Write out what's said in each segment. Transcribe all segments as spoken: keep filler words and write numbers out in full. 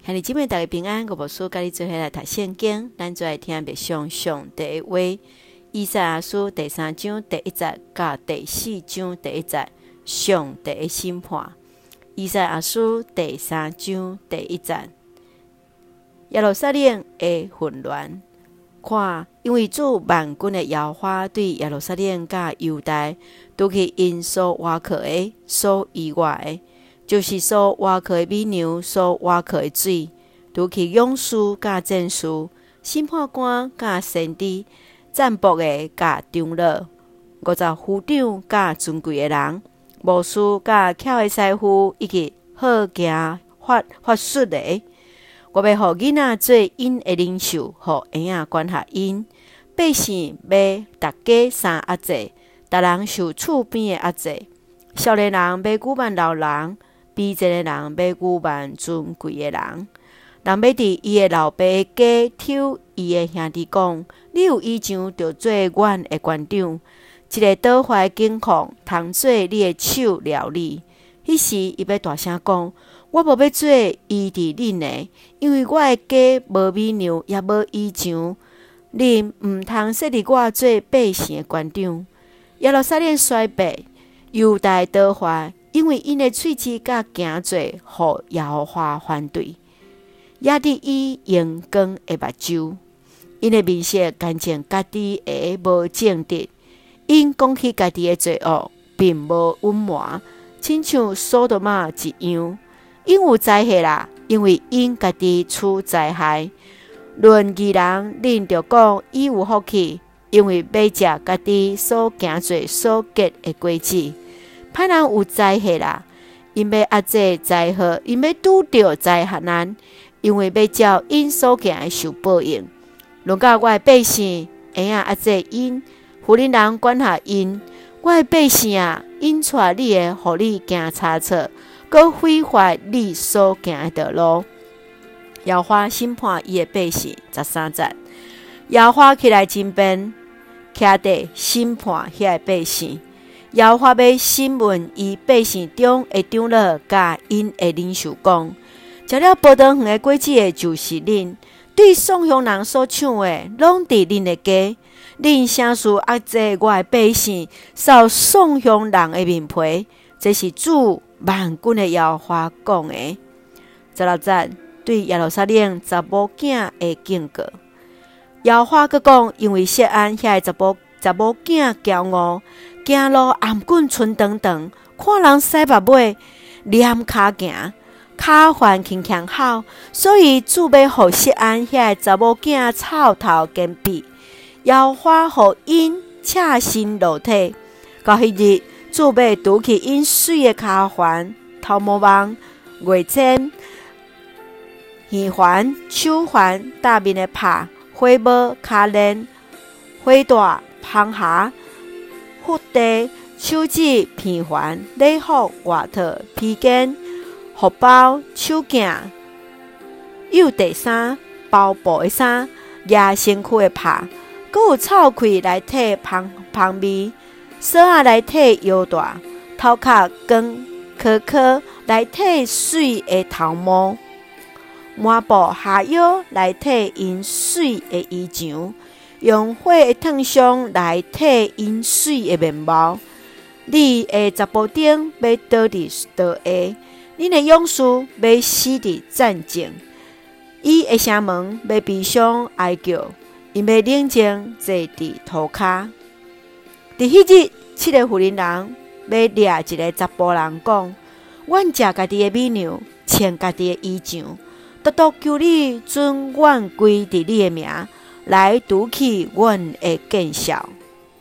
兄弟姊妹大家平安，我无事甲你做伙来读圣经，咱做来听默想上帝的话。以赛亚书第三章第一节甲第四章第一节，上帝的审判。以赛亚书第三章第一节，耶路撒冷的混乱。看，因为主万军的耶和华对耶路撒冷甲犹大，拄去因所挖刻的、所意外的，就是所挖刻的美牛、所挖刻的水，拄去勇士甲战士、审判官甲先知、占卜的甲长老、五十夫长甲尊贵的人、牧师甲巧的师傅，以及好行法法术的。我要互囡仔做因的领袖，互婴仔管辖因。百姓要大家三压制，逐人受厝边的压制。少年人要举办老人，卑贱的人要举办尊贵的人。人要伫伊的老爸的家抽伊的兄弟讲：你有以上就做阮的官长。一个倒坏的境况，通做你的手料理。迄时伊要大声讲：我无要做医治恁的，因为我的家无美牛，也无衣裳。恁毋通设立我做百姓的官长。耶路撒冷衰败，犹大倒坏，因为因的喙齿甲行罪，互耶和华反对。也伫伊用光的目睭，因的面色干净家己的无正直，因讲起家己的罪恶，并无隐瞒，亲像索多玛一样。因有灾害啦，因为因家己出灾害。论义人，恁着讲伊有福气，因为要食家己所行做所结的果子。歹人有灾害啦，因要压制灾祸，因要拄着灾害难，因为要照因所行的受报应。论到我的百姓，婴仔压制因，妇人人管辖因。我的百姓啊，因带你的，互你行差错，搁毁坏你所行的道路。耶和华审判伊的百姓，十三节。耶和华起来争辩，徛地审判遐个百姓。耶和华要审问伊百姓中的长老甲因的领袖讲：食了波长远的果子的，就是恁；对送乡人所抢的，拢伫恁的家。恁啥事压制我的百姓，扫送乡人的面皮？这是主万军的耶和华讲的。十六节，对耶路撒冷查某囝的警告。耶和华阁讲：因为锡安遐个查某查某囝骄傲，行路颔棍寸长长，看人洗目尾，踮骹行，骹环轻轻吼，所以主要互锡安遐个查某囝臭头坚壁。耶和华互因赤身裸体，到迄日，主要拄去因水的骹环、头毛网、月签、耳环、手环、大面的帕、花帽、骹链、花带、芳鞋、腹带、手指、片环、礼服、外套、披肩、荷包、手镜、幼地衫、包布的衫、压身躯的帕。阁有臭气来替芳芳味，锁仔来替腰带，头壳光壳壳来替水的头毛，抹布下腰来替因水的衣裳，用火的烫伤来替因水的面貌。你的查甫丁要倒伫倒下，恁的勇士要死伫战争，伊的城门要悲伤哀叫。因要冷静坐伫涂骹。伫迄日，七个妇人人要掠一个查甫人讲：阮食家己的美牛，穿家己的衣裳，独独求你准阮归伫你的名，来拄起阮的见效。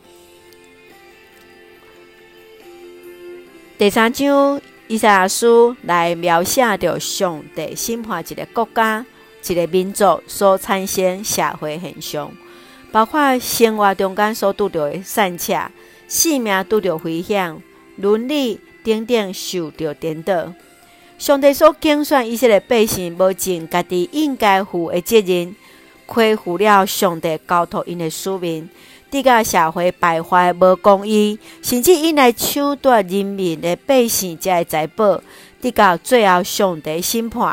第三章以赛亚书来描写着上帝审判一个国家。一个民族所产生社会现象，包括生活中间所拄到的散车、性命拄到危险、伦理等等受到颠倒。上帝所拣选以色列百姓，无尽家己应该负的责任，亏负了上帝交托因的使命，直到社会败坏无公义，甚至因来抢夺人民的百姓才会财宝，直到最后上帝审判。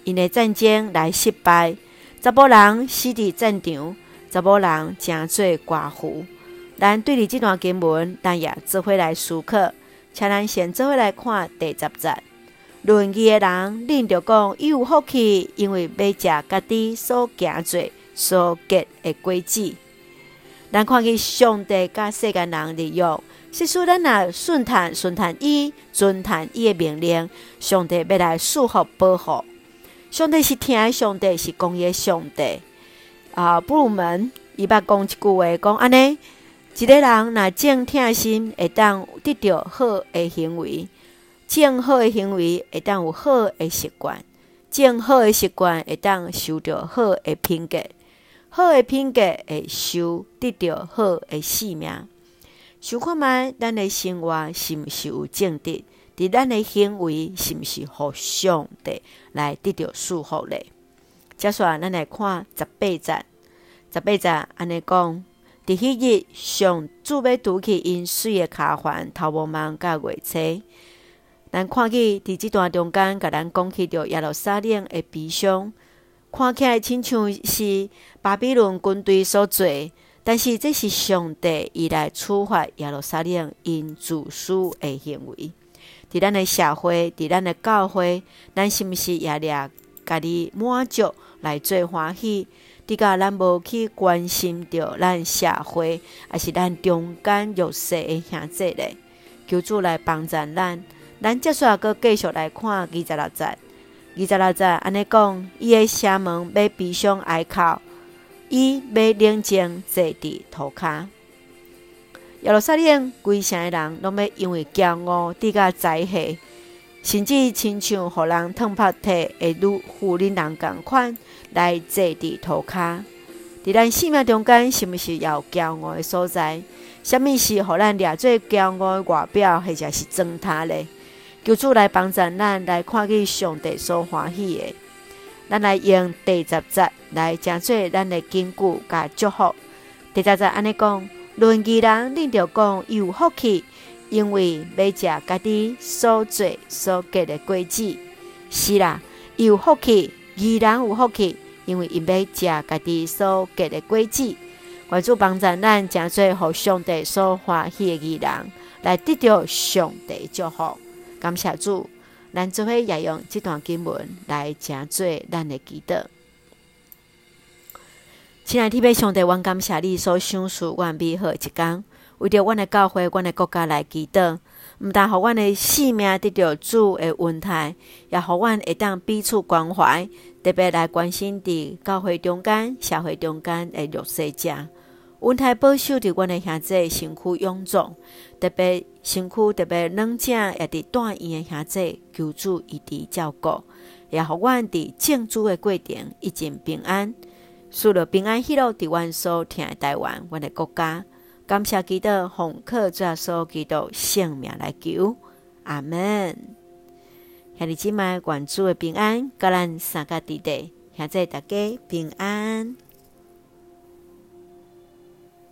因的战争来失败，查某人死伫战场，查某人成做寡妇。咱对于这段经文，咱也做伙来思考，请咱先做伙来看第十节。论义的人，恁就讲伊有福气，因为要食家己所行做、所结的果子。咱看见上帝甲世间人利用，是使咱若顺探顺探伊，遵探伊的命令，上帝要来束缚保护。上帝是听的上帝，是公义的上帝。啊，不如门伊捌讲一句话，讲安尼。一个人若正听心，会当得到好的行为；正好的行为会当有好的习惯；正好的习惯会当受到好的品格；好的品格会受得到好的性命。想看觅咱的生活是毋是有正直？伫咱的行为是毋是互上帝来得到束缚咧？接下来咱来看十八节，十八节安尼讲。伫迄日，上主要除去因水的骹环、头毛毛甲月初。咱看见伫即段中间，甲咱讲起着耶路撒冷的悲伤，看起来亲像是巴比伦军队所做，但是这是上帝伊来处罚耶路撒冷因自私的行为。伫咱的社会，伫咱的教会，咱是毋是也掠家己满足来做欢喜？伫甲咱无去关心着咱社会，还是咱中间弱势的兄弟咧？求主来帮助咱。咱接下来阁继续来看二十六节。二十六节安尼讲，伊的城门要悲伤哀哭，伊要冷静坐伫涂骹。耶路撒冷规城的人，拢要因为骄傲伫甲灾祸，甚至亲像互人烫拍体的女妇人人共款。来坐伫涂骹，伫咱生命中间，是毋是也有骄傲的所在？什么是互咱掠做骄傲的外表，或者是糟蹋咧？求主来帮助咱，来看见上帝所欢喜的。咱来用第十节来成做咱的根据甲祝福。第十节安尼讲：论义人，恁着讲伊有福气，因为要食家己所做所结的果子。是啦，伊有福气。义人有福气，因为因要食家己所结的果子。愿主帮助咱，成做互上帝所欢喜的义人，来得到上帝祝福。感谢主，咱做伙也用这段经文来成做咱的祈祷。亲爱的天父上帝，阮感谢你所赏赐阮美好一天，为着阮的教会、阮的国家来祈祷。毋但互阮的性命得到主的恩待，也互阮会当彼此关怀，特别来关心伫教会中间、社会中间的弱势者，恩待保守伫阮的兄弟身躯臃肿，特别身躯特别软者也伫住院的兄弟，求主一直照顾，也互阮伫正主的过程一尽平安，赐了平安喜乐伫阮所听的台湾，阮的国家。感谢祈祷，奉靠主耶稣基督圣名来求，阿门。兄弟姊妹，愿主的平安，甲咱三甲伫地，现在大家平安。